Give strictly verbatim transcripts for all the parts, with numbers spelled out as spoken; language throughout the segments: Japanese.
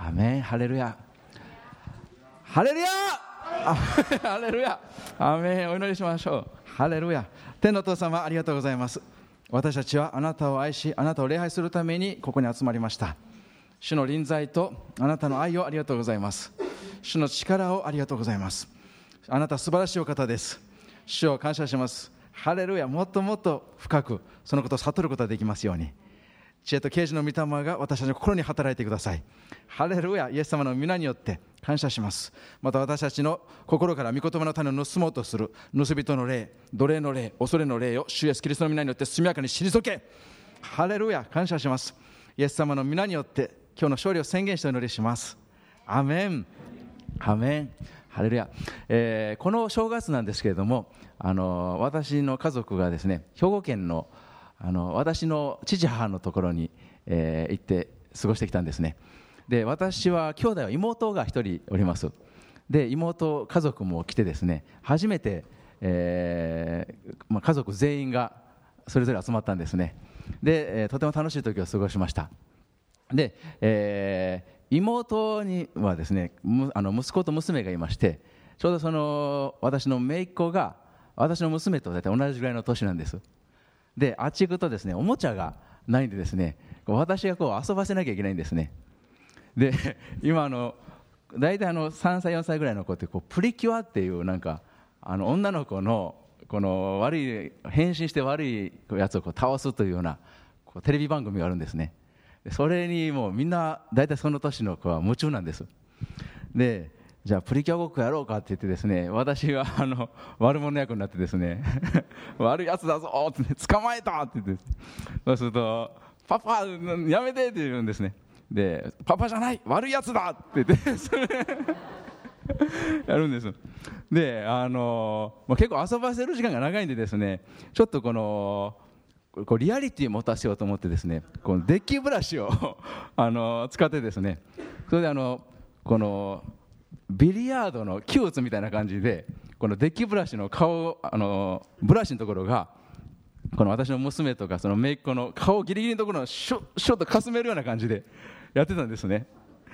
アメン。ハレルヤ。ハレルヤ。ハレルヤ。アメン。お祈りしましょう。ハレルヤ。天のお父様、ありがとうございます。私たちはあなたを愛し、あなたを礼拝するためにここに集まりました。主の臨在とあなたの愛をありがとうございます。主の力をありがとうございます。あなたは素晴らしいお方です。主を感謝します。ハレルヤ。もっともっと深くそのことを悟ることができますように、知恵と啓示の御霊が私たちの心に働いてください。ハレルヤ。イエス様の皆によって感謝します。また私たちの心から御言葉の種を盗もうとする盗人の霊、奴隷の霊、恐れの霊を主イエスキリストの皆によって速やかに退け。ハレルヤ。感謝します。イエス様の皆によって今日の勝利を宣言してお祈りします。アメン。アメン。ハレルヤ。えー、この正月なんですけれども、あの私の家族がですね、兵庫県のあの私の父母のところに、えー、行って過ごしてきたんですね。で、私は兄弟は妹が一人おります。で、妹家族も来てですね、初めて、えーまあ、家族全員がそれぞれ集まったんですね。で、えー、とても楽しい時を過ごしました。で、えー、妹にはですね、あの息子と娘がいまして、ちょうどその私の姪っ子が私の娘と大体同じぐらいの年なんです。で、あっち行くとですね、おもちゃがないんでですね、私がこう遊ばせなきゃいけないんですね。で、今あの大体あのさんさいよんさいぐらいの子ってこうプリキュアっていうなんかあの女の子のこの悪い変身して悪いやつをこう倒すというようなこうテレビ番組があるんですね。それにもうみんな大体その年の子は夢中なんです。で、じゃあプリキュアごっこやろうかって言ってですね、私があの悪者役になってですね悪いやつだぞって、ね、捕まえたって言って、そうするとパパやめてって言うんですね。で、パパじゃない悪いやつだって言ってそれやるんです。で、あのもう結構遊ばせる時間が長いんでですね、ちょっとこのこうリアリティを持たせようと思ってですね、このデッキブラシをあの使ってですね、それであのこのビリヤードの球打つみたいな感じで、このデッキブラシの顔、あのブラシのところがこの私の娘とかその姪っ子の顔ギリギリのところをシュッシュッとかすめるような感じでやってたんですね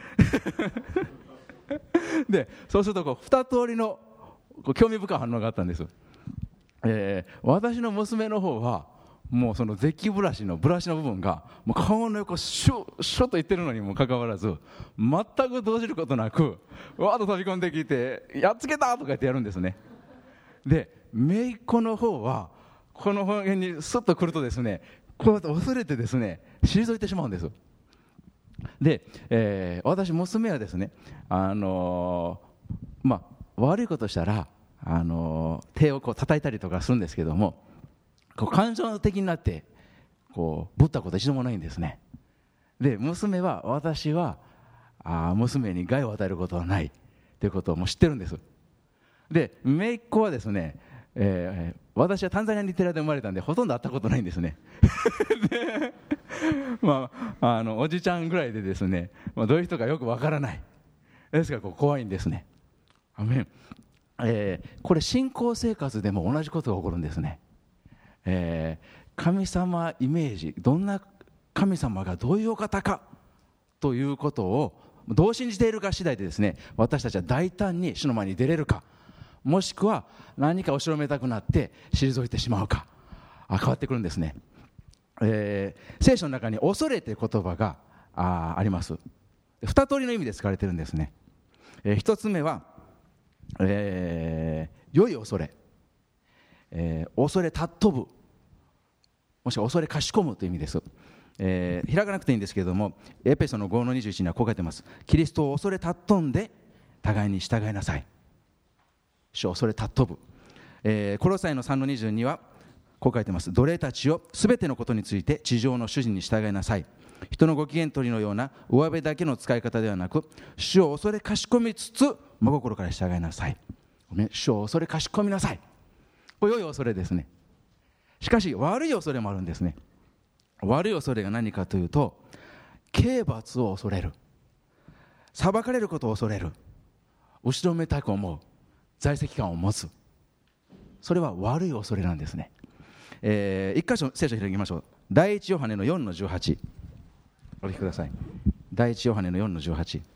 で、そうするとこう二通りのこう興味深い反応があったんです。えー、私の娘の方はもうそのデッキブラシのブラシの部分がもう顔の横シュッシュッといってるのにもかかわらず、全く動じることなくわーっと飛び込んできてやっつけたとか言ってやるんですね。で、姪っ子の方はこの辺にスッと来るとですね、こうやって恐れてですね退いてしまうんです。で、えー、私娘はですね、あのー、まあ悪いことしたら、あのー、手をこう叩いたりとかするんですけども、こう感情的になってこうぶったこと一度もないんですね。で、娘は私はあ娘に害を与えることはないということをもう知ってるんです。で、姪っ子はですね、えー、私はタンザニアに寺で生まれたんでほとんど会ったことないんですねで、まあ、あのおじちゃんぐらいでですね、まあ、どういう人かよくわからないですからこう怖いんですね。アメン。えー、これ信仰生活でも同じことが起こるんですね。えー、神様イメージ、どんな神様がどういうお方かということをどう信じているか次第でですね、私たちは大胆に主の前に出れるか、もしくは何か後ろめたくなって退いてしまうか、あ変わってくるんですね。えー、聖書の中に恐れという言葉が あ, あります。二通りの意味で使われているんですね。えー、一つ目は、えー、良い恐れ、えー、恐れ尊ぶ、もしくは恐れかしこむという意味です。えー、開かなくていいんですけれども、エペソのごのにじゅういちにはこう書いてます。キリストを恐れ尊んで互いに従いなさい。主を恐れ尊ぶ。えー、コロサイのさんのにじゅうにはこう書いてます。奴隷たちをすべてのことについて地上の主人に従いなさい。人のご機嫌取りのような上辺だけの使い方ではなく、主を恐れかしこみつつ真心から従いなさい。主を恐れかしこみなさい。これ良い恐れですね。しかし悪い恐れもあるんですね。悪い恐れが何かというと、刑罰を恐れる、裁かれることを恐れる、後ろめたく思う、在籍感を持つ、それは悪い恐れなんですね。えー、一箇所聖書を開きましょう。第一ヨハネのよんのじゅうはち。 お聞きください。第一ヨハネのよんのじゅうはち。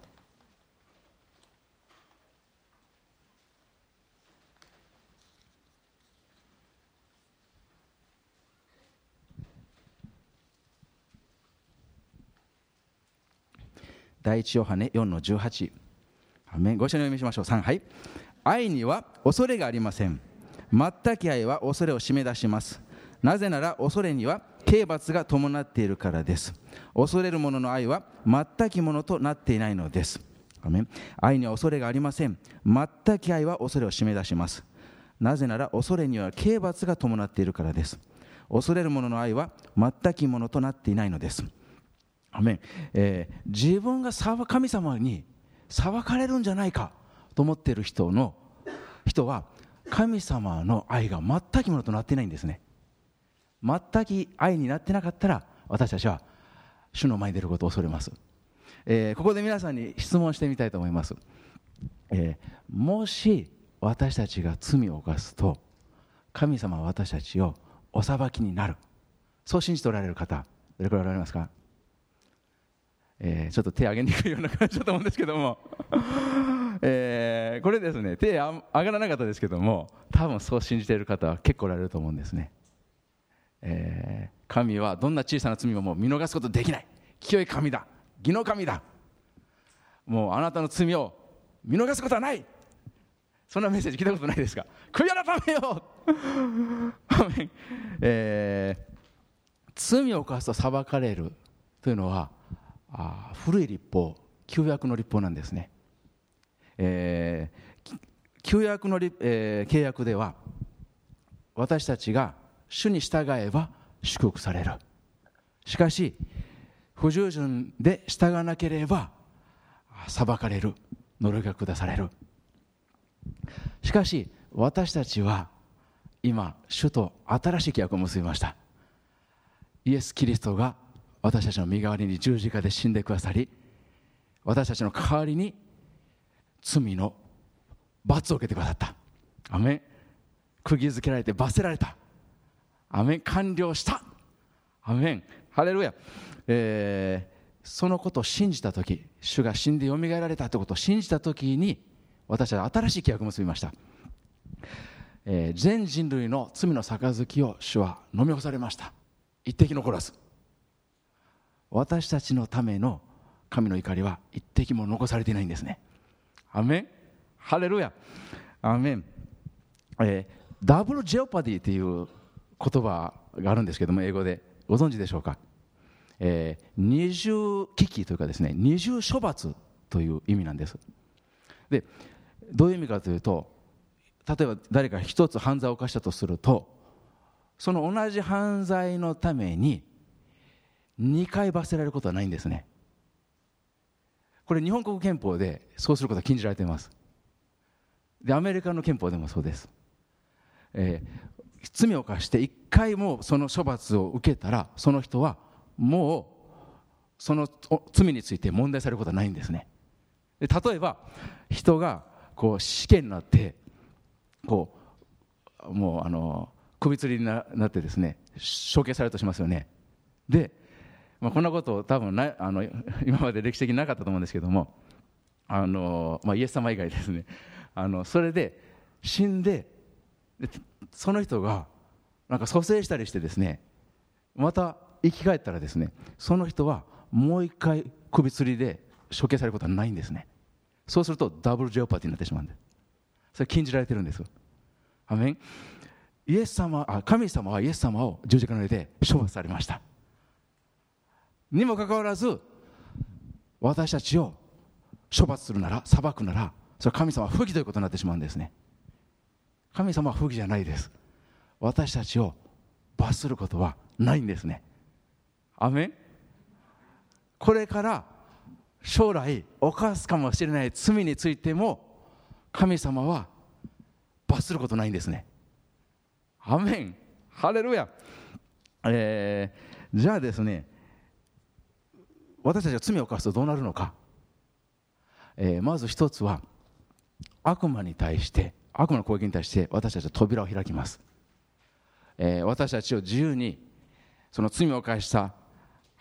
第一ヨハネよんのじゅうはち。アメン。ご一緒にお読みしましょう。さん、はい。愛には恐れがありません。全き愛は恐れを締め出します。なぜなら恐れには刑罰が伴っているからです。恐れる者の愛は全きものとなっていないのです。アメン。愛には恐れがありません。全き愛は恐れを締め出します。なぜなら恐れには刑罰が伴っているからです。恐れる者の愛は全きものとなっていないのです。アメン。えー、自分が神様に裁かれるんじゃないかと思っている人の人は神様の愛が全きものとなっていないんですね。全き愛になってなかったら私たちは主の前に出ることを恐れます。えー、ここで皆さんに質問してみたいと思います。えー、もし私たちが罪を犯すと神様は私たちをお裁きになる、そう信じておられる方どれくらいおられますか？えー、ちょっと手を挙げにくいような感じだと思うんですけども、えー、これですね、手上がらなかったですけども、多分そう信じている方は結構おられると思うんですね。えー、神はどんな小さな罪ももう見逃すことできない、清い神だ、義の神だ、もうあなたの罪を見逃すことはない、そんなメッセージ聞いたことないですか？悔い改めようえー、罪を犯すと裁かれるというのはあ古い律法、旧約の律法なんですね。えー、旧約の、えー、契約では私たちが主に従えば祝福される。しかし不従順で従わなければ裁かれる、呪いが下される。しかし私たちは今主と新しい契約を結びました。イエス・キリストが私たちの身代わりに十字架で死んでくださり、私たちの代わりに罪の罰を受けてくださった。アメン。釘付けられて罰せられた。アメン。完了した。アメン。ハレルヤ。えー、そのことを信じたとき、主が死んでよみがえられたということを信じたときに、私は新しい契約を結びました。えー、全人類の罪の杯を主は飲み干されました。一滴残らず。私たちのための神の怒りは一滴も残されていないんですね。アメン。ハレルヤ。アメン。えー、ダブルジェオパディという言葉があるんですけども、英語でご存知でしょうか？えー、二重危機というかですね、二重処罰という意味なんです。で、どういう意味かというと、例えば誰か一つ犯罪を犯したとすると、その同じ犯罪のためににかい罰せられることはないんですね。これ日本国憲法でそうすることは禁じられています。で、アメリカの憲法でもそうです。えー、罪を犯していっかいもその処罰を受けたら、その人はもうその罪について問題されることはないんですね。で、例えば人がこう死刑になってこうもうあの首吊りになってですね、処刑されるとしますよね。で、まあ、こんなこと多分なあの今まで歴史的になかったと思うんですけども、あの、まあ、イエス様以外ですね、あのそれで死んで、でその人がなんか蘇生したりしてですね、また生き返ったらですね、その人はもう一回首吊りで処刑されることはないんですね。そうするとダブルジェオパティになってしまうんです。それ禁じられてるんです。アメン。イエス様あ神様はイエス様を十字架の上で処罰されましたにもかかわらず、私たちを処罰するなら、裁くなら、それは神様は不義ということになってしまうんですね。神様は不義じゃないです。私たちを罰することはないんですね。アメン。これから将来犯すかもしれない罪についても神様は罰することないんですね。アメン。ハレルヤ。えー、じゃあですね、私たちが罪を犯すとどうなるのか。えー、まず一つは、悪魔に対して悪魔の攻撃に対して私たちは扉を開きます。えー、私たちを自由にその罪を犯した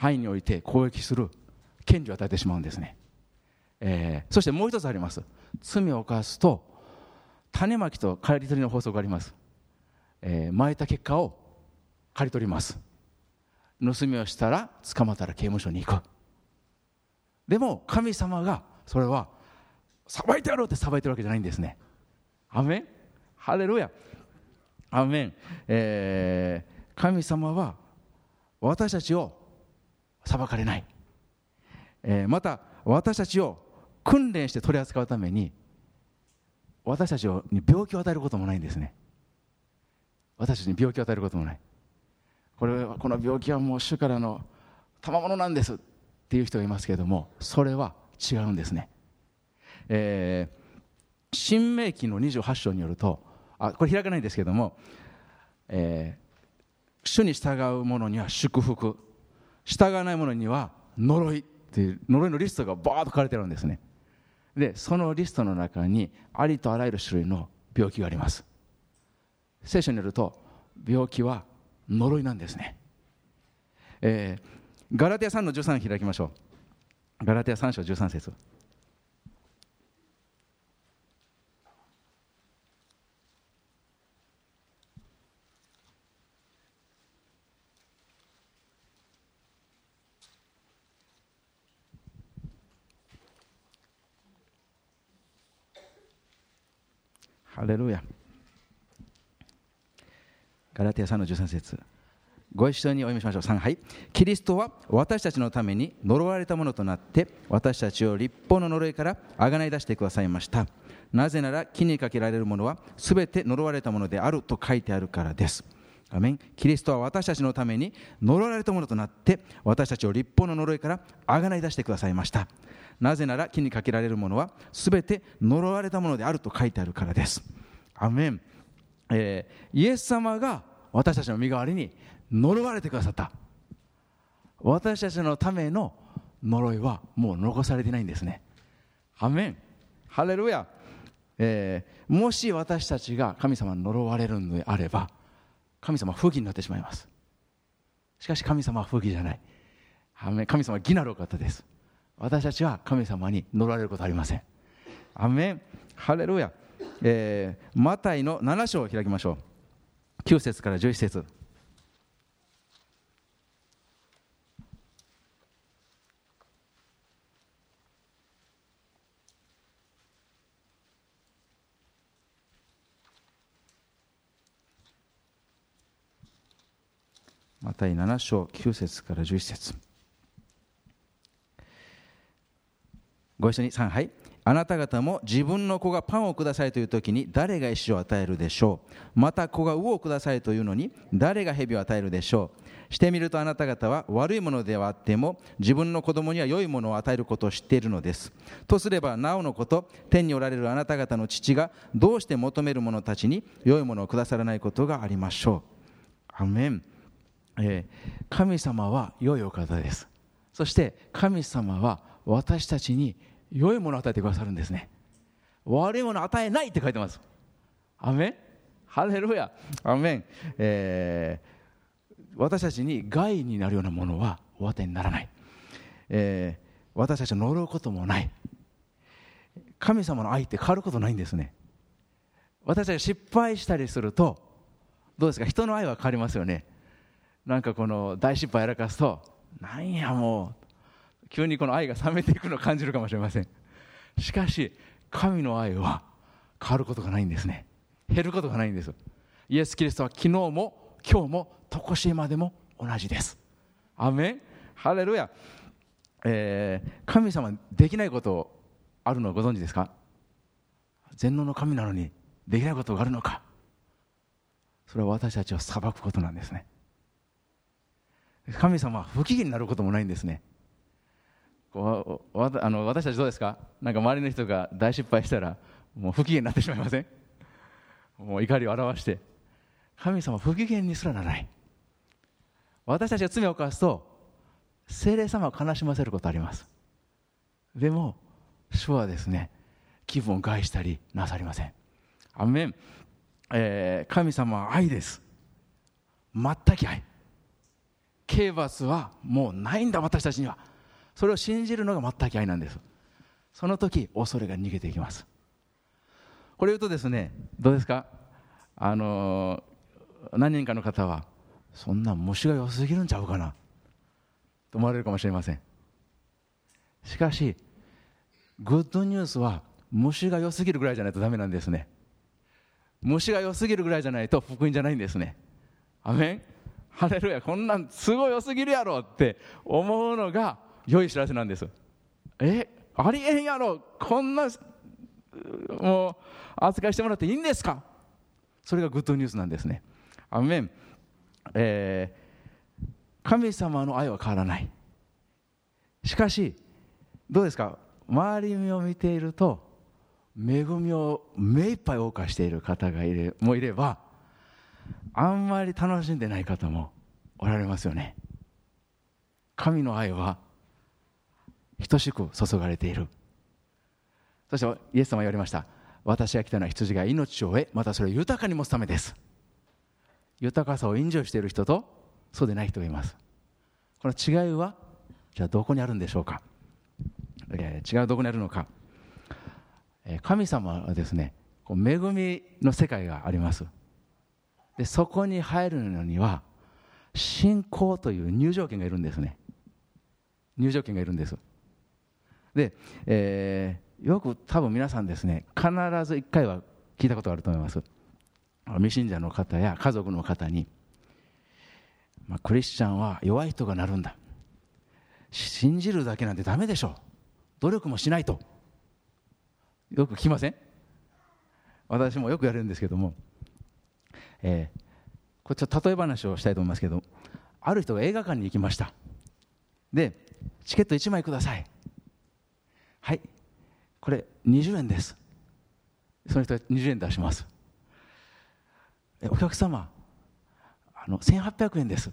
範囲において攻撃する権利を与えてしまうんですね。えー、そしてもう一つあります。罪を犯すと種まきと刈り取りの法則があります。えー、蒔いた結果を刈り取ります。盗みをしたら捕まったら刑務所に行く。でも神様がそれは裁いてやろうって裁いてるわけじゃないんですね。アメン、ハレルヤ、アメン、えー、神様は私たちを裁かれない、えー、また私たちを訓練して取り扱うために私たちに病気を与えることもないんですね。私たちに病気を与えることもない。これはこの病気はもう主からの賜物なんですっていう人がいますけれども、それは違うんですね。えー、新明記のにじゅうはち章によると、あ、これ開かないんですけれども、えー、主に従う者には祝福、従わない者には呪いっていう呪いのリストがバーッと書かれてるんですね。でそのリストの中にありとあらゆる種類の病気があります。聖書によると病気は呪いなんですね。えー、ガラテヤさんのじゅうさん開きましょう。ガラテヤさん章じゅうさん節。ハレルヤ。ガラテヤさんのじゅうさん節、ご一緒にお読みしましょう。さん、はい。キリストは私たちのために呪われたものとなって私たちを律法の呪いからあがない出してくださいました。なぜなら木にかけられるものはすべて呪われたものであると書いてあるからです。アメン。キリストは私たちのために呪われたものとなって私たちを律法の呪いからあがない出してくださいました。なぜなら木にかけられるものはすべて呪われたものであると書いてあるからです。アメン。えー、イエス様が私たちの身代わりに呪われてくださった。私たちのための呪いはもう残されていないんですね。アメン、ハレルヤ。えー、もし私たちが神様に呪われるのであれば神様は不義になってしまいます。しかし神様は不義じゃない。アメン。神様は義なるお方です。私たちは神様に呪われることはありません。アメン、ハレルヤ。えー、マタイのなな章を開きましょう。きゅう節からじゅういち節。マタイなな章きゅう節からじゅういち節。ご一緒に。さん、はい。あなた方も自分の子がパンをくださいというときに誰が石を与えるでしょう。また子が魚をくださいというのに誰が蛇を与えるでしょう。してみるとあなた方は悪いものではあっても自分の子供には良いものを与えることを知っているのです。とすればなおのこと天におられるあなた方の父がどうして求める者たちに良いものをくださらないことがありましょう。アメン。えー、神様は良いお方です。そして神様は私たちに良いものを与えてくださるんですね。悪いものを与えないって書いてます。アメン、ハレルヤ、アメン。えー、私たちに害になるようなものはお与えにならない、えー、私たちは呪うこともない。神様の愛って変わることないんですね。私たちが失敗したりするとどうですか。人の愛は変わりますよね。なんかこの大失敗やらかすとなんやもう急にこの愛が冷めていくのを感じるかもしれません。しかし神の愛は変わることがないんですね。減ることがないんです。イエス・キリストは昨日も今日も常しえまでも同じです。アメン、ハレルヤ。えー、神様できないことあるのをご存知ですか。全能の神なのにできないことがあるのか。それは私たちを裁くことなんですね。神様は不機嫌になることもないんですね。こうわあの私たちどうですか。なんか周りの人が大失敗したらもう不機嫌になってしまいません。もう怒りを表して。神様は不機嫌にすらならない。私たちが罪を犯すと聖霊様を悲しませることあります。でも主はですね気分を害したりなさりません。アメン。えー、神様は愛です。全く愛。 刑罰はもうないんだ私たちには。それを信じるのが全く愛なんです。その時恐れが逃げていきます。これ言うとですね、どうですか、あの何人かの方はそんな虫が良すぎるんちゃうかなと思われるかもしれません。しかしグッドニュースは虫が良すぎるぐらいじゃないとダメなんですね。虫が良すぎるぐらいじゃないと福音じゃないんですね。アメン、ハレルヤ。こんなんすごい良すぎるやろって思うのが良い知らせなんです。え、ありえんやろ、こんなもう扱いしてもらっていいんですか。それがグッドニュースなんですね。アメン、えー、神様の愛は変わらない。しかしどうですか、周りを見ていると恵みを目いっぱい謳歌している方がいれもいれば、あんまり楽しんでない方もおられますよね。神の愛は等しく注がれている。そしてイエス様は言われました。私が来たのは羊が命を得、またそれを豊かに持つためです。豊かさをエンジョイしている人とそうでない人がいます。この違いはじゃあどこにあるんでしょうか。えー、違うどこにあるのか。えー、神様はですね、こう恵みの世界があります。でそこに入るのには信仰という入場券がいるんですね。入場券がいるんです。で、えー、よく多分皆さんですね、必ず一回は聞いたことがあると思います。未信者の方や家族の方に、まあ、クリスチャンは弱い人がなるんだ、信じるだけなんてダメでしょ、努力もしないと、よく聞きません？私もよくやるんですけども、えー、これちょっと例え話をしたいと思いますけど、ある人が映画館に行きました。でチケットいちまいください。はい、これにじゅうえんです。その人はにじゅうえん出します。えお客様、あのせんはっぴゃくえんです。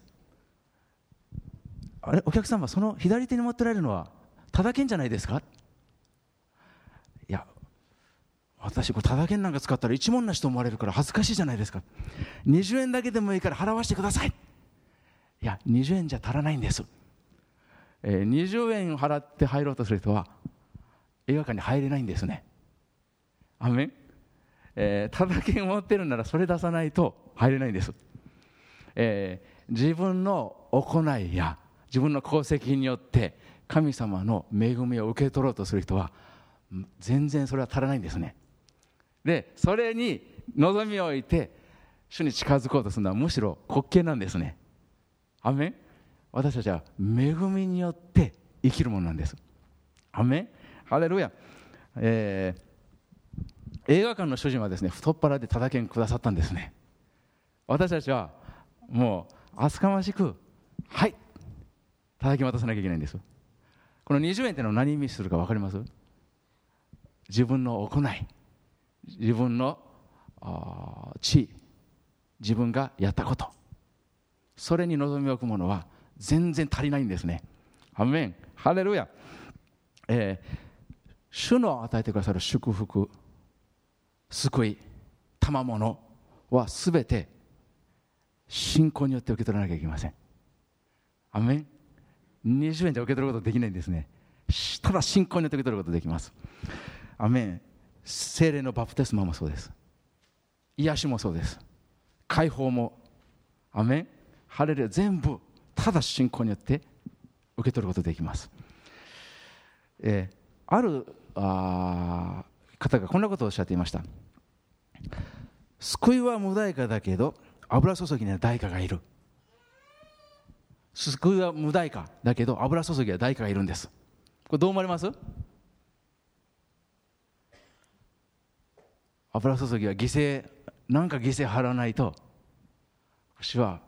あれ、お客様、その左手に持ってられるのはタダ券じゃないですか。いや、私これタダ券なんか使ったら一文なしと思われるから恥ずかしいじゃないですか。にじゅうえんだけでもいいから払わせてください。いや、にじゅうえんじゃ足らないんです。えー、にじゅうえん払って入ろうとする人は映画館に入れないんですね。アメン、えー、タダ券を持ってるならそれ出さないと入れないんです。えー、自分の行いや自分の功績によって神様の恵みを受け取ろうとする人は全然それは足らないんですね。でそれに望みを置いて主に近づこうとするのはむしろ滑稽なんですね。アメン、私たちは恵みによって生きるものなんです。アメン、ハレルヤ。えー、映画館の主人はですね、太っ腹でタダ券くださったんですね。私たちはもう厚かましく、はい、タダ券渡さなきゃいけないんです。このにじゅうえんってのは何意味するか分かります？自分の行い、自分の地位、自分がやったこと、それに望みを置くものは全然足りないんですね。アメン、ハレルヤ。えー、主の与えてくださる祝福、救い、賜物はすべて信仰によって受け取らなきゃいけません。アメン。にじゅうえんじゃ受け取ることできないんですね。ただ信仰によって受け取ることができます。アメン。聖霊のバプテスマもそうです。癒しもそうです。解放も、アメン、ハレルヤ、全部ただ信仰によって受け取ることができます。えー、あるあ方がこんなことをおっしゃっていました。救いは無代価だけど油注ぎには代価がいる。救いは無代価だけど油注ぎは代価がいるんです。これどう思われます？油注ぎは犠牲、なんか犠牲払わないと主は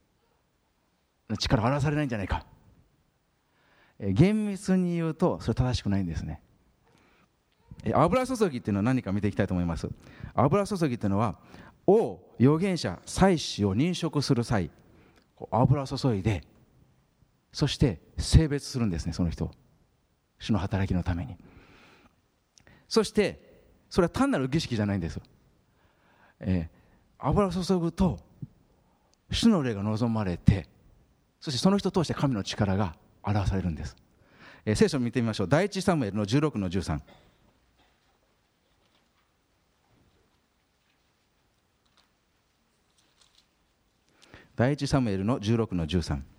力を表されないんじゃないか。厳密に言うとそれ正しくないんですね。油注ぎっていうのは何か見ていきたいと思います。油注ぎっていうのは王、預言者、祭司を認職する際、油注いで、そして性別するんですね、その人を主の働きのために。そしてそれは単なる儀式じゃないんです。えー、油を注ぐと主の霊が望まれて、 そしてその人を通して神の力が表されるんです。えー、聖書を見てみましょう。第一サムエルのじゅうろくのじゅうさん。第一サムエルのじゅうろくのじゅうさん。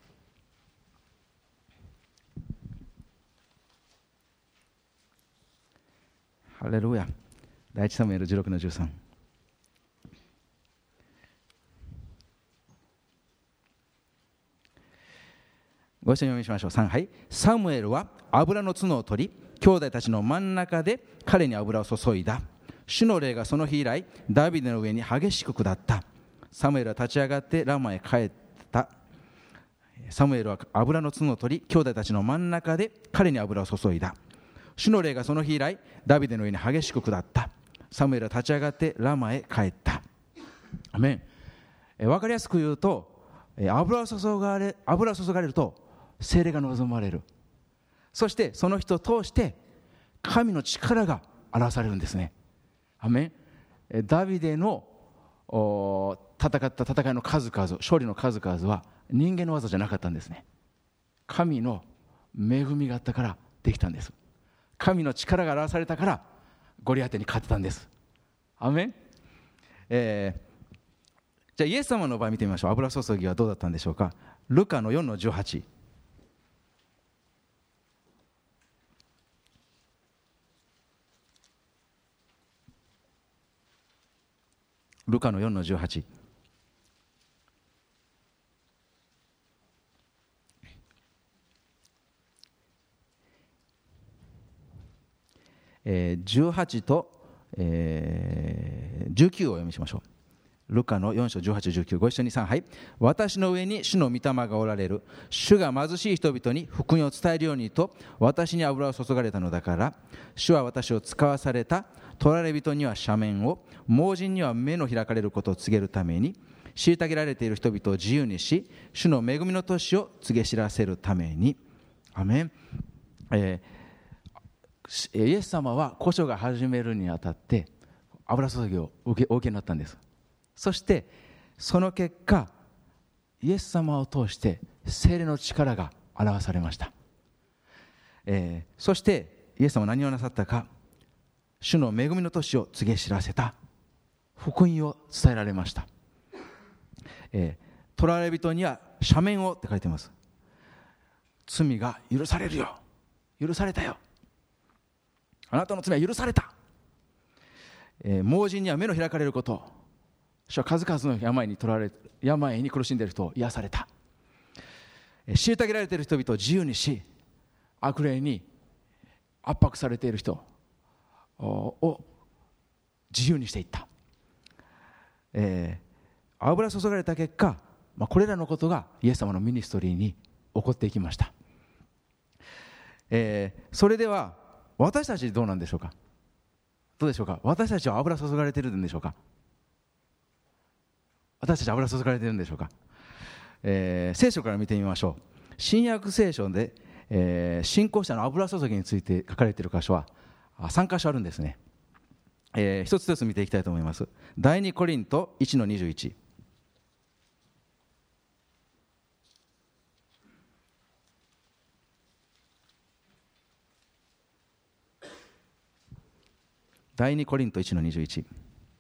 ハレルヤ。第一サムエルじゅうろくのじゅうさん。ご一緒に読みしましょう。さん、はい。サムエルは油の角を取り、兄弟たちの真ん中で彼に油を注いだ。主の霊がその日以来、ダビデの上に激しく下った。サムエルは立ち上がってラマへ帰った。サムエルは油の角を取り、兄弟たちの真ん中で彼に油を注いだ。主の霊がその日以来、ダビデの上に激しく下った。サムエルは立ち上がってラマへ帰った。アメン。え分かりやすく言うと、油を注がれ、油を注がれると聖霊が望まれる。そしてその人を通して神の力が表されるんですね。アメン。ダビデの戦った戦いの数々、勝利の数々は人間の技じゃなかったんですね。神の恵みがあったからできたんです。神の力が表されたからゴリアテに勝てたんです。アメン。えー、じゃあイエス様の場合見てみましょう。油注ぎはどうだったんでしょうか。ルカのよんのじゅうはち。ルカのよんのじゅうはち。えー、じゅうはちと、えー、じゅうきゅうをお読みしましょう。ルカのよん章じゅうはち、じゅうきゅう。ご一緒にさん、はい。私の上に主の御霊がおられる。主が貧しい人々に福音を伝えるようにと私に油を注がれたのだから、主は私を使わされた。取られ人には赦免を、盲人には目の開かれることを告げるために、虐げられている人々を自由にし、主の恵みの年を告げ知らせるために。アメン。えーイエス様は古書が始めるにあたって油注ぎをお受け、お受けになったんです。そしてその結果、イエス様を通して聖霊の力が表されました。えー、そしてイエス様は何をなさったか。主の恵みの年を告げ知らせた。福音を伝えられました。えー、取られ人には赦免をって書いてます。罪が許されるよ、許されたよ、あなたの罪は許された。えー、盲人には目の開かれること。主は数々の病に取られ、病に苦しんでいる人を癒された。えー、虐げられている人々を自由にし、悪霊に圧迫されている人を自由にしていった。えー、油注がれた結果、まあ、これらのことがイエス様のミニストリーに起こっていきました。えー、それでは私たちどうなんでしょうか。どうでしょうか。私たちは油注がれているんでしょうか。私たちは油注がれているんでしょうか。えー、聖書から見てみましょう。新約聖書で、えー、信仰者の油注ぎについて書かれている箇所はさん箇所あるんですね。えー、一つずつ見ていきたいと思います。第二コリントいちのにじゅういち。第二コリントいちのにじゅういち。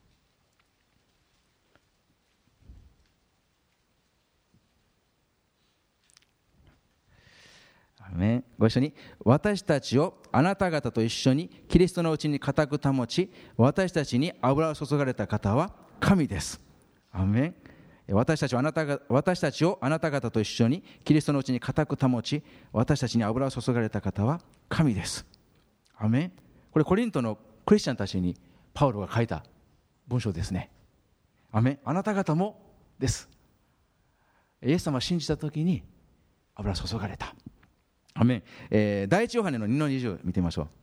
ご一緒に。私たちをあなた方と一緒にキリストのうちに固く保ち、私たちに油を注がれた方は神です。アメン。私たちをあなたが私たちをあなた方と一緒にキリストのうちに固く保ち、私たちに油を注がれた方は神です。アメン。これコリントのクリスチャンたちにパウロが書いた文章ですね。アメン。あなた方もです。イエス様を信じたときに油注がれた。アメン。えー、第一ヨハネのにのにじゅう見てみましょう。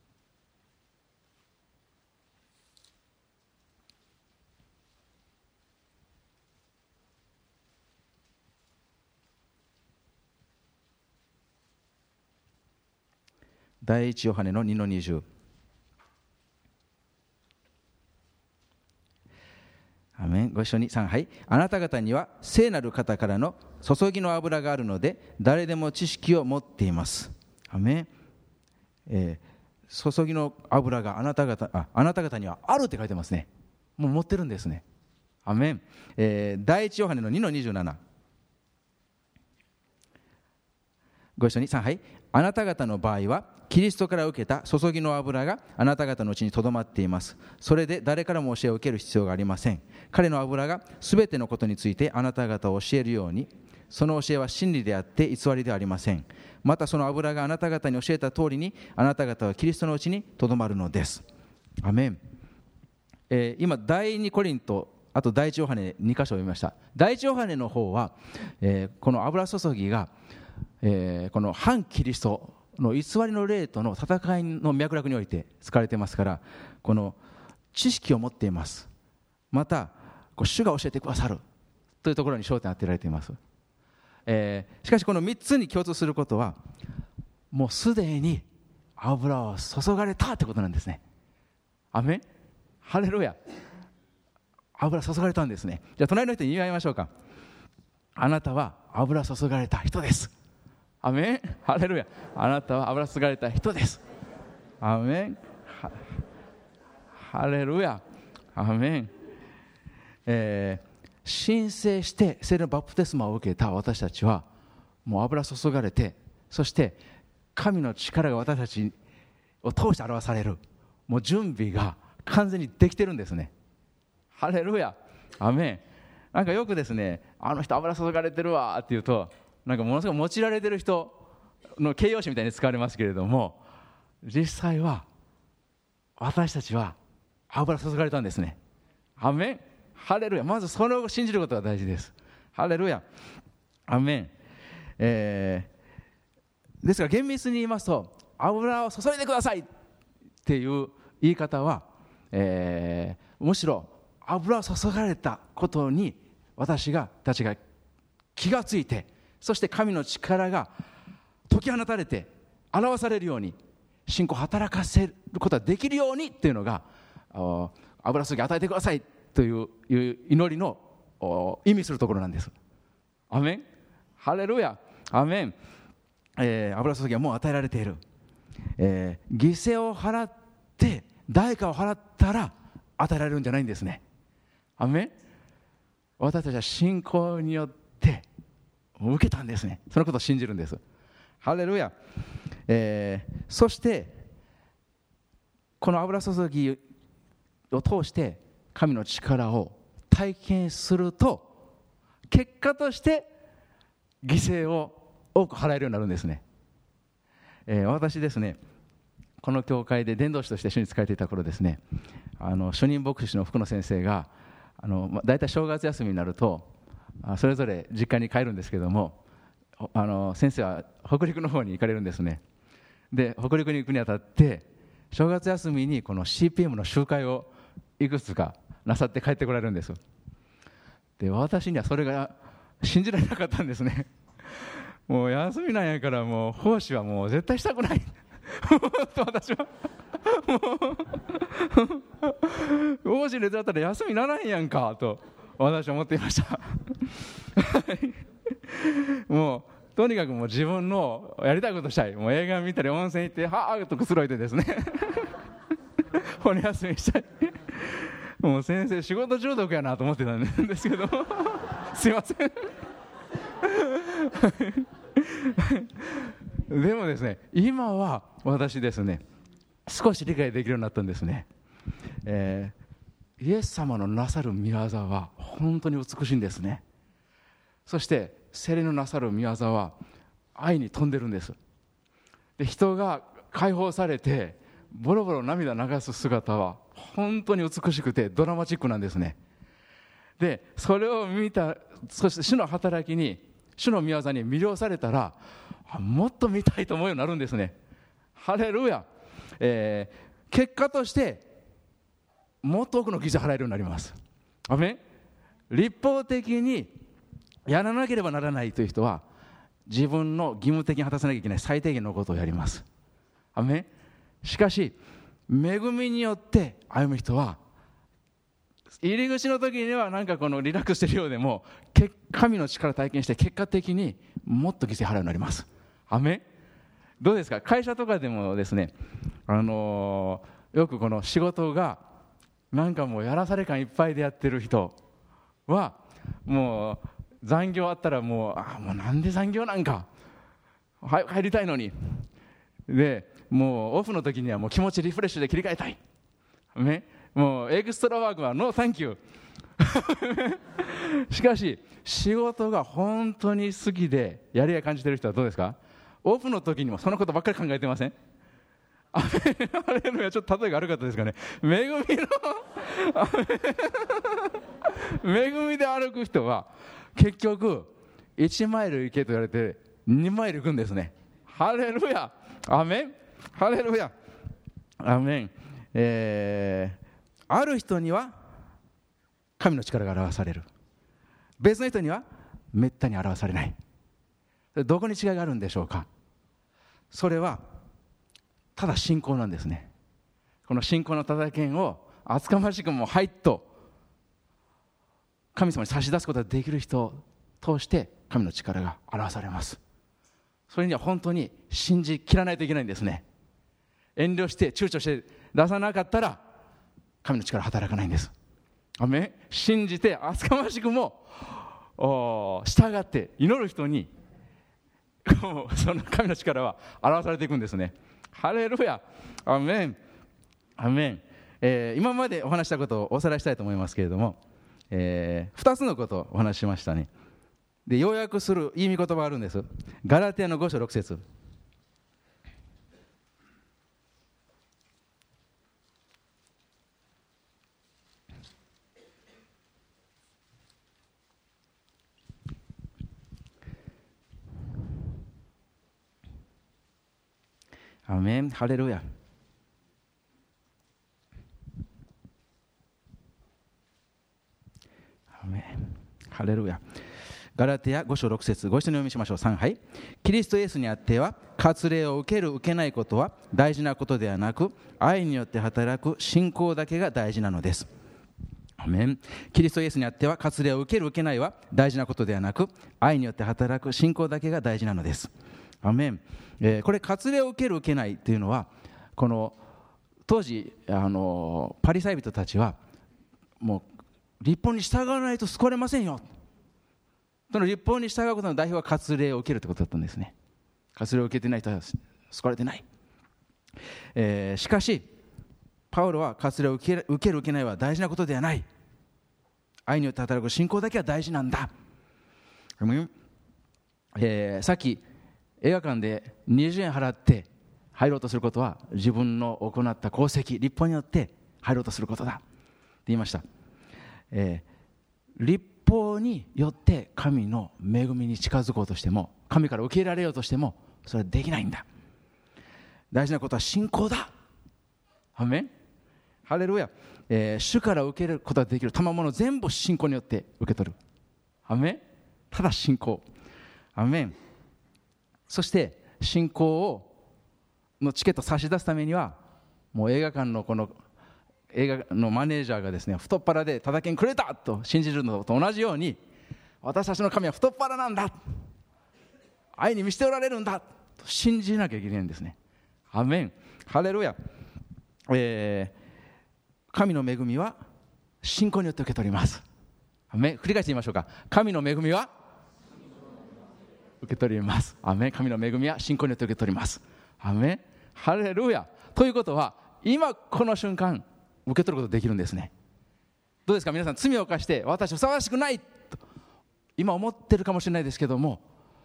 第一ヨハネのにのにじゅう。 アメン。ご一緒にさん、はい。あなた方には聖なる方からの注ぎの油があるので、誰でも知識を持っています。アメン。えー、注ぎの油があなた方、あ、あなた方にはあるって書いてますね。もう持ってるんですね。アメン。えー、第一ヨハネのにのにじゅうなな。ご一緒にさん、はい。あなた方の場合はキリストから受けた注ぎの油があなた方のうちにとどまっています。それで誰からも教えを受ける必要がありません。彼の油がすべてのことについてあなた方を教えるように、その教えは真理であって偽りではありません。またその油があなた方に教えた通りにあなた方はキリストのうちにとどまるのです。アメン。えー、今第二コリント、あと第一ヨハネに箇所読みました。第一ヨハネの方は、えー、この油注ぎが、えー、この反キリストの偽りの霊との戦いの脈絡において使われていますから、この知識を持っています。またこう主が教えてくださるというところに焦点を当てられています。えー、しかしこのみっつに共通することは、もうすでに油を注がれたということなんですね。アメン。ハレルヤ。油注がれたんですね。じゃあ隣の人に言い合いましょうか。あなたは油注がれた人です。アメン。ハレルヤ。あなたは油注がれた人です。アメン。ハレルヤ。アメン。えー申請して聖霊のバプテスマを受けた私たちはもう油注がれて、そして神の力が私たちを通して表される、もう準備が完全にできてるんですね。ハレルヤ。アメン。なんかよくですね、あの人油注がれてるわって言うと、なんかものすごく用いられてる人の形容詞みたいに使われますけれども、実際は私たちは油注がれたんですね。アメン。ハレルヤ。まずそれを信じることが大事です。ハレルヤ。アメン。えー、ですから厳密に言いますと、油を注いでくださいっていう言い方は、えー、むしろ油を注がれたことに私がたちが気がついて、そして神の力が解き放たれて表されるように、信仰を働かせることができるようにっていうのが、油注ぎ与えてくださいという祈りの意味するところなんです。アメン。ハレルヤ。アメン。えー、油注ぎはもう与えられている、えー、犠牲を払って代価を払ったら与えられるんじゃないんですね。アメン。私たちは信仰によって受けたんですね。そのことを信じるんです。ハレルヤ。えー、そしてこの油注ぎを通して神の力を体験すると、結果として犠牲を多く払えるようになるんですね。えー、私ですね、この教会で伝道師として主に仕えていた頃ですね、あの主任牧師の福野先生があの、ま、だいたい正月休みになるとそれぞれ実家に帰るんですけども、あの先生は北陸の方に行かれるんですね。で北陸に行くにあたって正月休みにこの シーピーエム の集会をいくつかなさって帰ってこられるんです。で私にはそれが信じられなかったんですね。もう休みなんやからもう奉仕はもう絶対したくないと私は奉仕でだったら休みならへんやんかと私は思っていましたもうとにかくもう自分のやりたいことしたい、もう映画見たり温泉行ってはーっとくつろいでですね骨休みしたいもう先生仕事中毒やなと思ってたんですけどすいませんでもですね、今は私ですね少し理解できるようになったんですね。えー、イエス様のなさる御業は本当に美しいんですね。そして聖霊のなさる御業は愛に富んでるんです。で人が解放されてボロボロ涙流す姿は本当に美しくてドラマチックなんですね。でそれを見た、そして主の働きに、主の御業に魅了されたらもっと見たいと思うようになるんですね。ハレルヤ。えー、結果としてもっと多くの犠牲を払えるようになります。アメン。立法的にやらなければならないという人は自分の義務的に果たさなきゃいけない最低限のことをやります。アメン。しかし恵みによって歩む人は入り口の時にはなんかこのリラックスしているようでも、神の力を体験して結果的にもっと犠牲払うようになります。アメン。どうですか。会社とかでもですね、あのー、よくこの仕事がなんかもうやらされ感いっぱいでやってる人は、もう残業あったらもうあもうなんで残業なんか、はい帰りたいのに、でもうオフの時にはもう気持ちリフレッシュで切り替えたい、ね、もうエクストラワークはノーサンキューしかし仕事が本当に好きでやりがい感じている人はどうですか。オフの時にもそのことばっかり考えてません。あれのちょっと例えが悪かったですかね。恵みの恵みで歩く人は結局いちマイル行けと言われてにマイル行くんですね。ハレルヤ、アメン、ハレルヤ、アメン。えー、ある人には神の力が表される、別の人にはめったに表されない。どこに違いがあるんでしょうか。それはただ信仰なんですね。この信仰の体験を厚かましくもはいと神様に差し出すことができる人を通して神の力が表されます。それには本当に信じきらないといけないんですね。遠慮して躊躇して出さなかったら神の力は働かないんです。アメン。信じて厚かましくも従って祈る人にその神の力は表されていくんですね。ハレルヤ、アメン、アメン。えー、今までお話したことをおさらいしたいと思いますけれども、えー、ふたつのことをお話ししましたね。で要約するいい御言葉があるんです。ガラテヤのご章ろく節。アメン、ハレルヤ。アメン、ハレルヤ。ガラテヤご章ろく節、ご一緒にお読みしましょう。さん、はい。キリストイエスにあっては割礼を受ける受けないことは大事なことではなく、愛によって働く信仰だけが大事なのです。アメン。キリストイエスにあっては割礼を受ける受けないは大事なことではなく、愛によって働く信仰だけが大事なのです。アメン。えー、これ割礼を受ける受けないというのは、この当時あのパリサイ人たちはもう律法に従わないと救われませんよ。その律法に従うことの代表は割礼を受けるということだったんですね。割礼を受けてない人は救われてない。えー、しかしパウロは割礼を受ける受ける受けないは大事なことではない。愛によって働く信仰だけは大事なんだ。えー、さっき映画館でにじゅうえん払って入ろうとすることは自分の行った功績、律法によって入ろうとすることだって言いました。えー、律法によって神の恵みに近づこうとしても、神から受け入れられようとしてもそれはできないんだ。大事なことは信仰だ。アメン、ハレルヤ。えー、主から受けることができる賜物全部信仰によって受け取る。アメン。ただ信仰。アメン。そして信仰をのチケットを差し出すためには、もう映画館のこの映画のマネージャーがですね、太っ腹で叩きにくれたと信じるのと同じように、私たちの神は太っ腹なんだ、愛に満ちておられるんだと信じなきゃいけないんですね。アメン、ハレルヤ。えー、神の恵みは信仰によって受け取ります。アメン。繰り返してみましょうか。神の恵みは受け取ります。アメン。神の恵みは信仰によって受け取ります。アメン。ハレルヤ。ということは今この瞬間受け取ることができるんですね。どうですか皆さん。罪を犯して私ふさわしくないと今思ってるかもしれないですけども、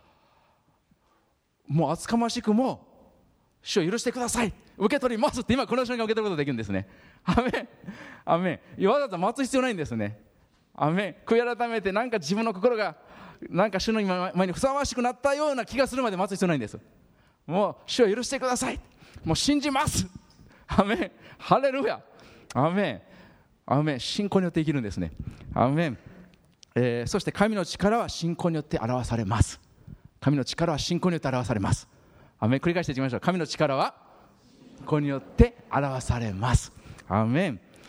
もう厚かましくも主を許してください、受け取りますって今この瞬間受け取ることができるんですね。アメン、アメン。わざわざ待つ必要ないんですね。アメン。悔い改めてなんか自分の心がなんか主の前にふさわしくなったような気がするまで待つ必要ないんです。もう主を許してください、もう信じます。アメン、ハレルヤ。アメン、アメン。信仰によって生きるんですね。アメン。えー、そして神の力は信仰によって表されます。神の力は信仰によって表されます。アメン。繰り返していきましょう。神の力は信仰によって表されます。アメン。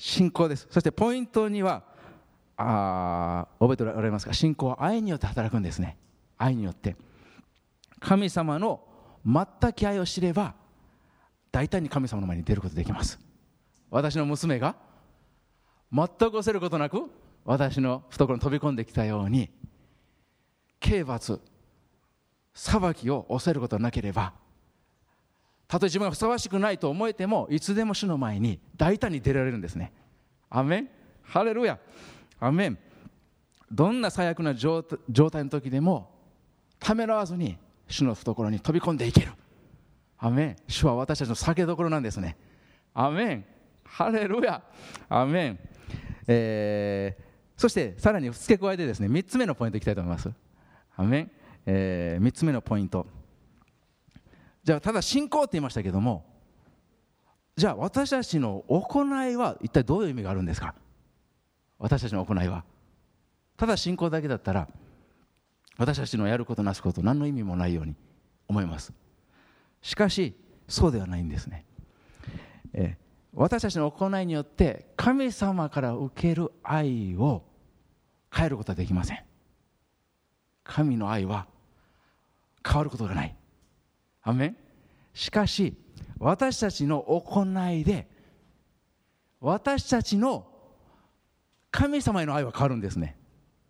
信仰です。そしてポイントにはあ覚えておられますか？信仰は愛によって働くんですね。愛によって、神様の全く愛を知れば大胆に神様の前に出ることができます。私の娘が全く恐れることなく私の懐に飛び込んできたように、刑罰、裁きを恐れることがなければ、たとえ自分がふさわしくないと思えてもいつでも主の前に大胆に出られるんですね。アメン、ハレルヤ、アメン。どんな最悪な状態の時でもためらわずに主の懐に飛び込んでいける。アメン。主は私たちの酒どころなんですね。アメン、ハレルヤ、アメン。えー、そしてさらに付け加えてですね、みっつめのポイントいきたいと思います。アメン。えー、みっつめのポイント、じゃあただ信仰って言いましたけども、じゃあ私たちの行いは一体どういう意味があるんですか？私たちの行いはただ信仰だけだったら私たちのやることなすこと何の意味もないように思います。しかしそうではないんですね。えー、私たちの行いによって神様から受ける愛を変えることはできません。神の愛は変わることがない。アメン。しかし私たちの行いで私たちの神様への愛は変わるんですね。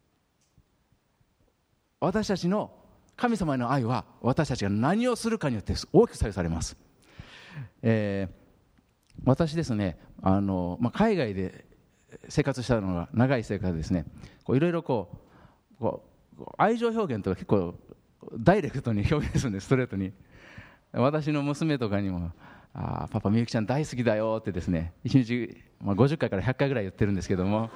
私たちの神様への愛は私たちが何をするかによって大きく左右されます。えー、私ですね、あの、まあ、海外で生活したのが長い生活ですね、いろいろこう、こう愛情表現とか結構ダイレクトに表現するんです。ストレートに。私の娘とかにもあパパみゆきちゃん大好きだよってですね、いちにち、まあ、ごじゅっかいからひゃっかいぐらい言ってるんですけども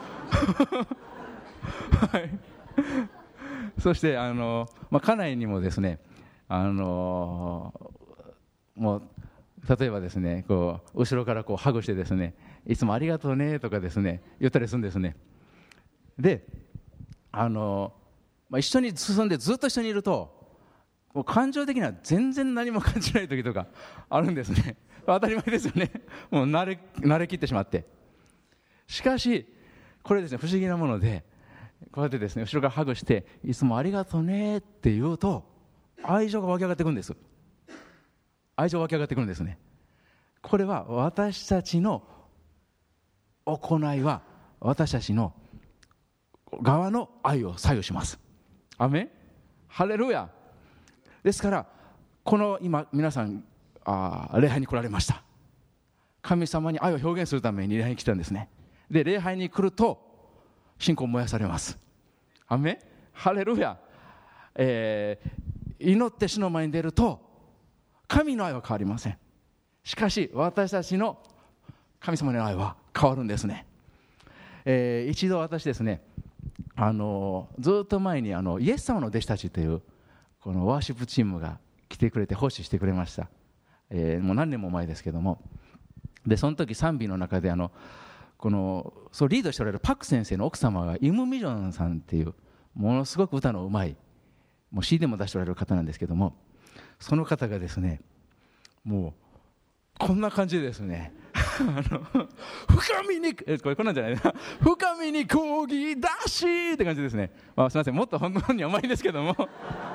はい、そしてあの、まあ、家内にもですね、あのもう例えばですね、こう後ろからこうハグしてですね、いつもありがとうねとかですね言ったりするんですね。で、あの、まあ、一緒に進んでずっと一緒にいるともう感情的には全然何も感じない時とかあるんですね。当たり前ですよね。もう慣れ、慣れきってしまって。しかしこれですね、不思議なもので、こうやってですね後ろからハグしていつもありがとうねって言うと愛情が湧き上がってくるんです。愛情が湧き上がってくるんですね。これは私たちの行いは私たちの側の愛を左右します。アメン、ハレルヤ。ですからこの今皆さんあ礼拝に来られました。神様に愛を表現するために礼拝に来たんですね。で礼拝に来ると信仰を燃やされます。アメン、ハレルヤ。えー、祈って主の前に出ると神の愛は変わりません。しかし私たちの神様の愛は変わるんですね。えー、一度私ですね、あのずっと前にあのイエス様の弟子たちというこのワーシップチームが来てくれて奉仕してくれました。えー、もう何年も前ですけども、でその時賛美の中であのこのそうリードしておられるパク先生の奥様がイム・ミジョンさんっていうものすごく歌のうまい、もう シーディー も出しておられる方なんですけども、その方がですねもうこんな感じでですねあの深みにえこれこんなんじゃないな深みにこぎ出しって感じですね。まあ、すみません、もっと本当に甘いんですけども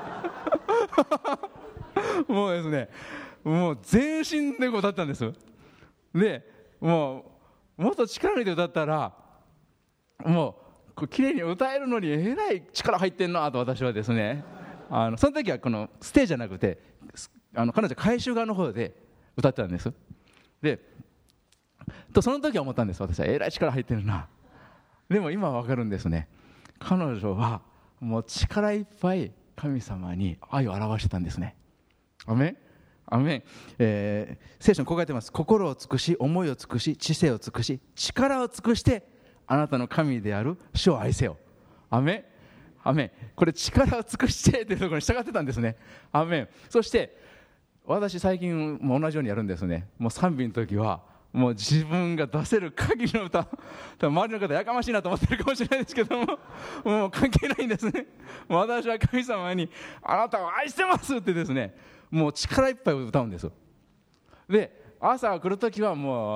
もうですね、もう全身で歌ったんです。でもうもっと力抜いて歌ったらもう綺麗に歌えるのにえらい力入ってんなと私はですね、あのその時はこのステージじゃなくてあの彼女回収側の方で歌ってたんです。でとその時は思ったんです。私はえらい力入ってるな。でも今は分かるんですね。彼女はもう力いっぱい神様に愛を表してたんですね。アメン、アメン。えー、聖書にこう書いてます。心を尽くし、思いを尽くし、知性を尽くし、力を尽くしてあなたの神である主を愛せよ。アメン、アメン。これ力を尽くしてというところに従ってたんですね。アメン。そして私最近も同じようにやるんですね。もう賛美の時はもう自分が出せる限りの歌、周りの方やかましいなと思ってるかもしれないですけども、もう関係ないんですね。もう私は神様にあなたを愛してますってですね、もう力いっぱい歌うんです。で朝来るときはも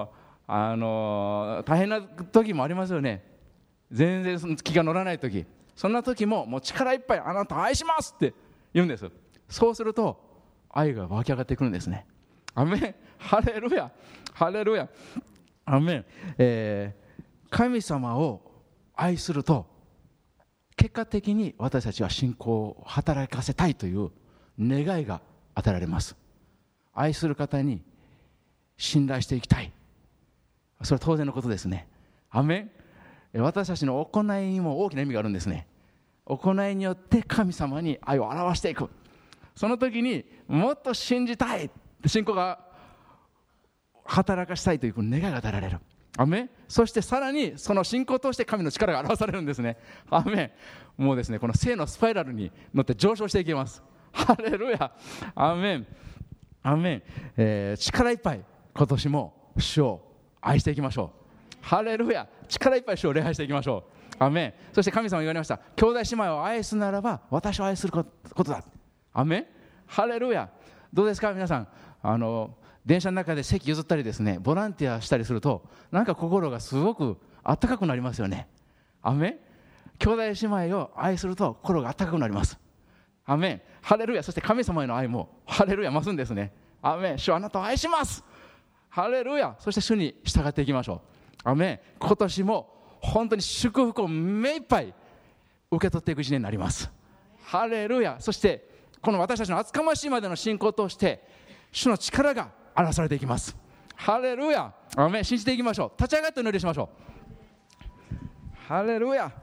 あの大変な時もありますよね。全然その気が乗らない時、そんな時ももう力いっぱいあなたを愛しますって言うんです。そうすると愛が湧き上がってくるんですね。アメン、ハレルヤ、ハレルヤ、アメン、えー、神様を愛すると結果的に私たちは信仰を働かせたいという願いが与えられます。愛する方に信頼していきたい、それは当然のことですね。アメン。私たちの行いにも大きな意味があるんですね。行いによって神様に愛を表していく。その時にもっと信じたい、信仰が働かしたいという願いが与えられる。アメン。そしてさらにその信仰を通して神の力が表されるんですね。アメン。もうですね、この聖のスパイラルに乗って上昇していきます。ハレルヤ、アメン、アメン、えー、力いっぱい今年も主を愛していきましょう。ハレルヤ、力いっぱい主を礼拝していきましょう。アメン。そして神様が言われました。兄弟姉妹を愛すならば私を愛することだ。アメン。ハレルヤ。どうですか皆さん、あの電車の中で席譲ったりですね、ボランティアしたりするとなんか心がすごく温かくなりますよね。アメン。兄弟姉妹を愛すると心が温かくなります。アメン。ハレルヤ。そして神様への愛もハレルヤ増すんですね。アメン。主はあなたを愛します。ハレルヤ。そして主に従っていきましょう。アメン。今年も本当に祝福を目いっぱい受け取っていく一年になります。ハレルヤ。そしてこの私たちの厚かましいまでの信仰を通して主の力が表されていきます。ハレルヤ。アメン。信じていきましょう。立ち上がってお祈りしましょう。ハレルヤ、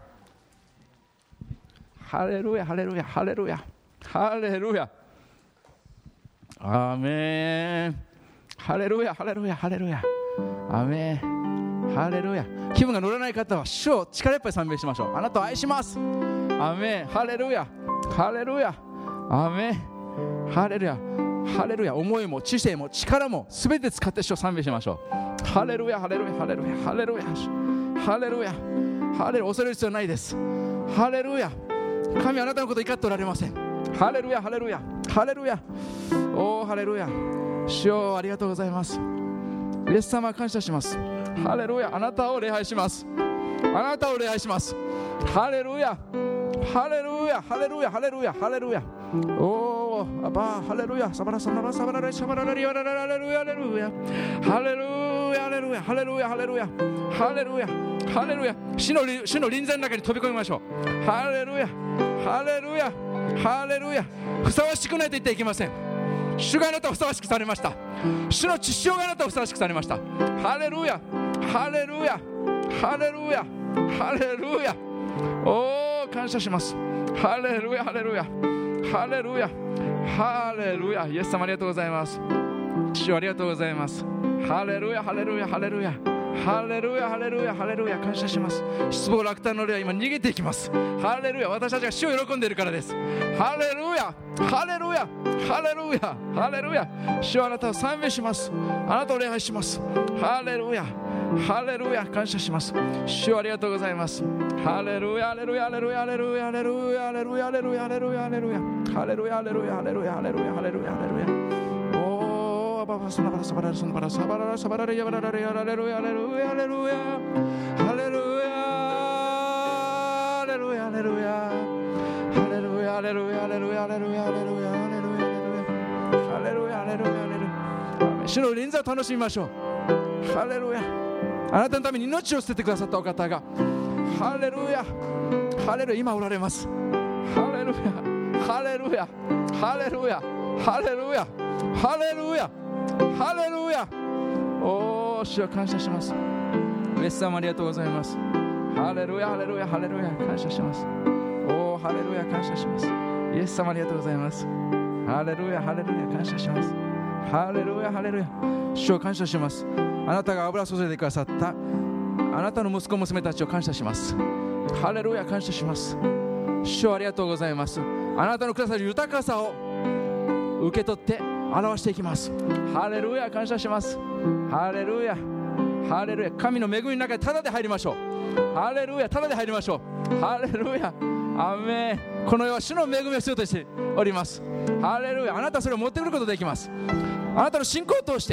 ハレルヤ、ハレルヤ、ハレルヤ、ハレルヤ、アメン。ハレルヤ、ハレルヤ、ハレルヤ、アメン。ハレルヤ。気分が乗らない方は主を力いっぱい賛美しましょう。あなたを愛します。アメン。ハレルヤ、ハレルヤ、アメン。ハレルヤ、ハレルヤ。思いも知性も力もすべて使って主を賛美しましょう。ハレルヤ、ハレルヤ、ハレルヤ、ハレルヤ、ハレルヤ、ハレルヤ。恐れる必要ないです。ハレルヤ。神はあなたのことを怒っておられません。ハレルヤ、ハレルヤ、ハレルヤ。おー、ハレルヤ。主よありがとうございます。イエス様感謝します。ハレルヤ。あなたを礼拝します。あなたを礼拝します。ハレルヤ、ハレルヤ、ハレルヤ、ハレルヤ、ハレルヤ。おー、アバー、ハレルヤ、サバラサバラサバララサバララリアラララレルヤ、ハレルヤ、ハレルヤ、ハレルヤ、ハレルヤ、ハレルヤ、ハレルヤ、ハレルヤ。主の主の臨在の中に飛び込みましょう。ハレルヤ、ハレルヤ、ハレルヤ。ふさわしくないと言ってはいけません。主があなたをふさわしくされました。主の血潮があなたをふさわしくされました。ハレルヤ、ハレルヤ、ハレルヤ、ハレルヤ。おー、感謝します。ハレルヤ、ハレルヤ、ハレルヤ、ハレルヤ。イエス様ありがとうございます。主ありがとうございます。ハレルヤ、ハレルヤ、ハレルヤ、ハレルヤ、ハレルヤ、ハレルヤ。感謝します。失望落胆の霊は今逃げていきます。ハレルヤ。私たちが主を喜んでいるからです。ハレルヤ、ハレルヤ、ハレルヤ、ハレルヤ。主はあなたを賛美します。あなたを礼拝します。ハレルヤ、ハレルヤ。感謝します。主ありがとうございます。ハレルヤ、ハレルヤ、ハレルヤ、ハレルヤ、ハレルヤ、ハレルヤ、ハレルヤ、ハレルヤ、ハレルヤ、ハレルヤ、ハレルヤ、ハレルヤ、ハレルヤ、ハレルヤ、ハレルヤ。ババサバラサバラサバラサバラサバラヤバララヤハレルヤ、ハレルヤ、ハレルヤ、ハレルヤ、ハレルヤ、ハレルヤ、ハレルヤ、ハレルヤ、ハレルヤ、ハレルヤ、ハレルヤ、ハレルヤ、ハレルヤ、ハレルヤ、ハレルヤ。主の臨在を楽しみましょう。ハレルヤ。あなたのために命を捨ててくださったお方が、ハレルヤ、ハレルヤ、今おられます。ハレルヤ、ハレルヤ、ハレルヤ、ハレルヤ、ハレルヤ、ハレルヤ。おー、主は感謝します。イエス様ありがとうございます。ハレルヤ、ハレルヤ、ハレルヤ。感謝します。おー、ハレルヤ、感謝します。イエス様ありがとうございます。ハレルヤ、ハレルヤ。感謝します。ハレルヤ、ハレルヤ。主を感謝します。あなたが油を注いでくださったあなたの息子娘たちを感謝します。ハレルヤ、感謝します。主をありがとうございます。あなたのくださる豊かさを受け取って表していきます。ハレルヤ、感謝します。ハレルヤ、ハレルヤ。神の恵みの中でただで入りましょう。ハレルヤ、ただで入りましょう。ハレルヤ、アーメン。この世は主の恵みを必要としております。ハレルヤ。あなたはそれを持ってくることができます。あなたの信仰を通して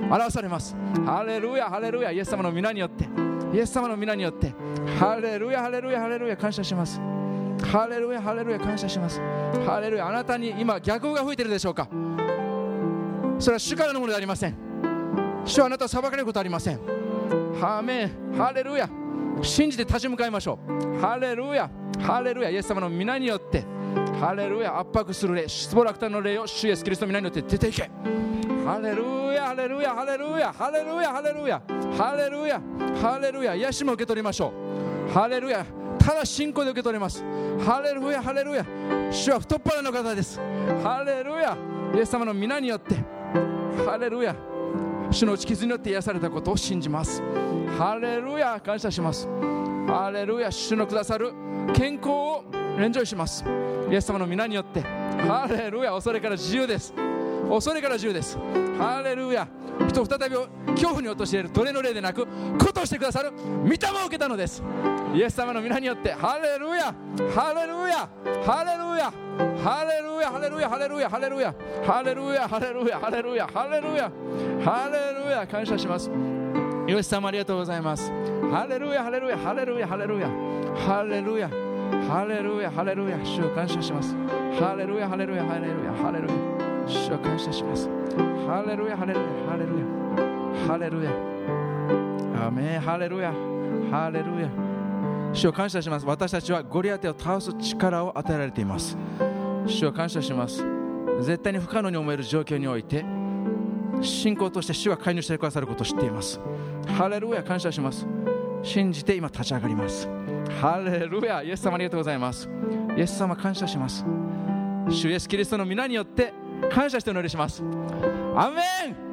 表されます。ハレルヤハレルヤ、イエス様の皆によって、イエス様の皆によって、ハレルヤハレルヤハレルヤ、感謝します。ハレルヤハレルヤ、感謝します。ハレルヤ。あなたに今逆風が吹いているでしょうか。それは主からのものではありません。主はあなたを裁かれることはありません。アーメン。ハレルヤ。信じて立ち向かいましょう。ハレルヤハレルヤ。イエス様の皆によって、ハレルヤ。圧迫する霊、失望落胆の霊を主イエスキリストの皆によって出ていけ。ハレルヤハレルヤハレルヤハレルヤハレルヤハレルヤハレルヤ。癒しも受け取りましょう。ハレルヤ。ただ信仰で受け取れます。ハレルヤハレルヤ。主は太っ腹の方です。ハレルヤ。イエス様の皆によって、ハレルヤ。主の打ち傷によって癒されたことを信じます。ハレルヤ。感謝します。ハレルヤ。主のくださる健康をエンジョイします。イエス様の皆によって、ハレルヤ。恐れから自由です。恐れから自由です。ハレルヤ。人を再び恐怖に陥れる奴隷の霊でなく、ことをしてくださる御霊を受けたのです。イエス様の皆によって、ハレルヤハレルヤハレルヤハレルヤハレルヤハレルヤハレルヤハレルヤハレルヤハレルヤハレルヤハレルヤ。感謝します。イエス様ありがとうございます。ハレルヤハレルヤハレルヤハレルヤハレルヤハレルヤハレルヤ。主を感謝します。ハレルヤハレルヤハレルヤハレルヤ。主を感謝します。ハレルヤハレルヤハレルヤハレルヤ。アーメン。ハレルヤハレルヤ。主を感謝します。私たちはゴリアテを倒す力を与えられています。主を感謝します。絶対に不可能に思える状況において、信仰として主が介入してくださることを知っています。ハレルヤ。感謝します。信じて今立ち上がります。ハレルヤ。イエス様ありがとうございます。イエス様感謝します。主イエスキリストの皆によって感謝してお祈りします。アーメン。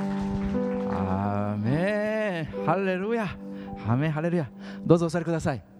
アーメン。ハレルヤ。アーメン。ハレルヤ。どうぞお座りください。